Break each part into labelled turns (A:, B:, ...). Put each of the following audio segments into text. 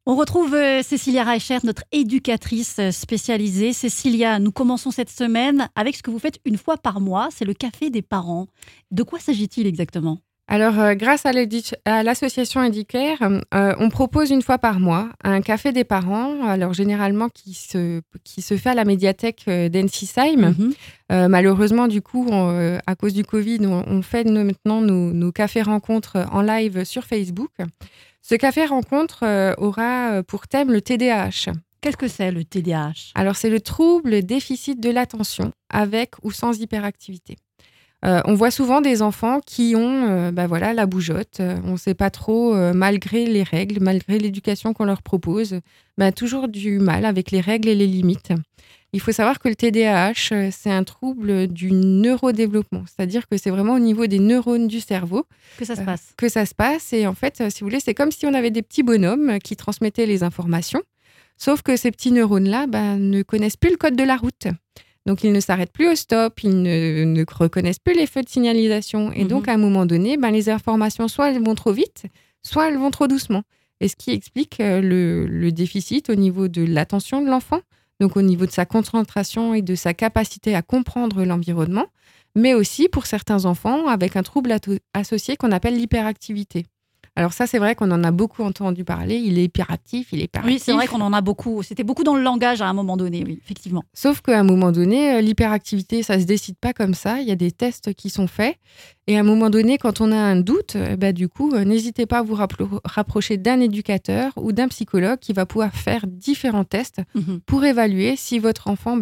A: On retrouve Cécilia Reichert, notre éducatrice spécialisée. Cécilia, nous commençons cette semaine avec ce que vous faites une fois par mois, c'est le café des parents. De quoi s'agit-il exactement ?
B: Alors, grâce à l'association Educare, on propose une fois par mois un café des parents, alors généralement qui se fait à la médiathèque d'Ensisheim. Malheureusement, du coup, à cause du Covid, on fait maintenant nos cafés rencontres en live sur Facebook. Ce café rencontre aura pour thème le TDAH.
A: Qu'est-ce que c'est le TDAH ?
B: Alors, c'est le trouble déficit de l'attention avec ou sans hyperactivité. On voit souvent des enfants qui ont la bougeotte. On ne sait pas trop, malgré les règles, malgré l'éducation qu'on leur propose, toujours du mal avec les règles et les limites. Il faut savoir que le TDAH, c'est un trouble du neurodéveloppement. C'est-à-dire que c'est vraiment au niveau des neurones du cerveau
A: que ça se passe.
B: Que ça se passe. Et en fait, si vous voulez, c'est comme si on avait des petits bonhommes qui transmettaient les informations. Sauf que ces petits neurones-là ne connaissent plus le code de la route. Donc, ils ne s'arrêtent plus au stop, ils ne reconnaissent plus les feux de signalisation. Et donc, à un moment donné, les informations, soit elles vont trop vite, soit elles vont trop doucement. Et ce qui explique le déficit au niveau de l'attention de l'enfant, donc au niveau de sa concentration et de sa capacité à comprendre l'environnement, mais aussi pour certains enfants avec un trouble associé qu'on appelle l'hyperactivité. Alors ça, c'est vrai qu'on en a beaucoup entendu parler. Il est hyperactif, il est hyperactif.
A: Oui, c'est vrai qu'on en a beaucoup. C'était beaucoup dans le langage à un moment donné, oui, effectivement.
B: Sauf qu'à un moment donné, l'hyperactivité, ça ne se décide pas comme ça. Il y a des tests qui sont faits. Et à un moment donné, quand on a un doute, du coup, n'hésitez pas à vous rapprocher d'un éducateur ou d'un psychologue qui va pouvoir faire différents tests pour évaluer si votre enfant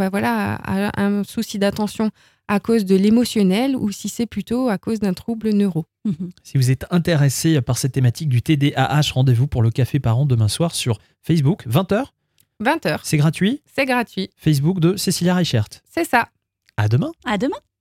B: a un souci d'attention à cause de l'émotionnel ou si c'est plutôt à cause d'un trouble neuro.
C: Si vous êtes intéressé par cette thématique du TDAH, rendez-vous pour le café parent demain soir sur Facebook, 20h.
B: 20h.
C: C'est gratuit ?
B: C'est gratuit.
C: Facebook de Cécilia Reichert.
B: C'est ça.
C: À demain.
A: À demain.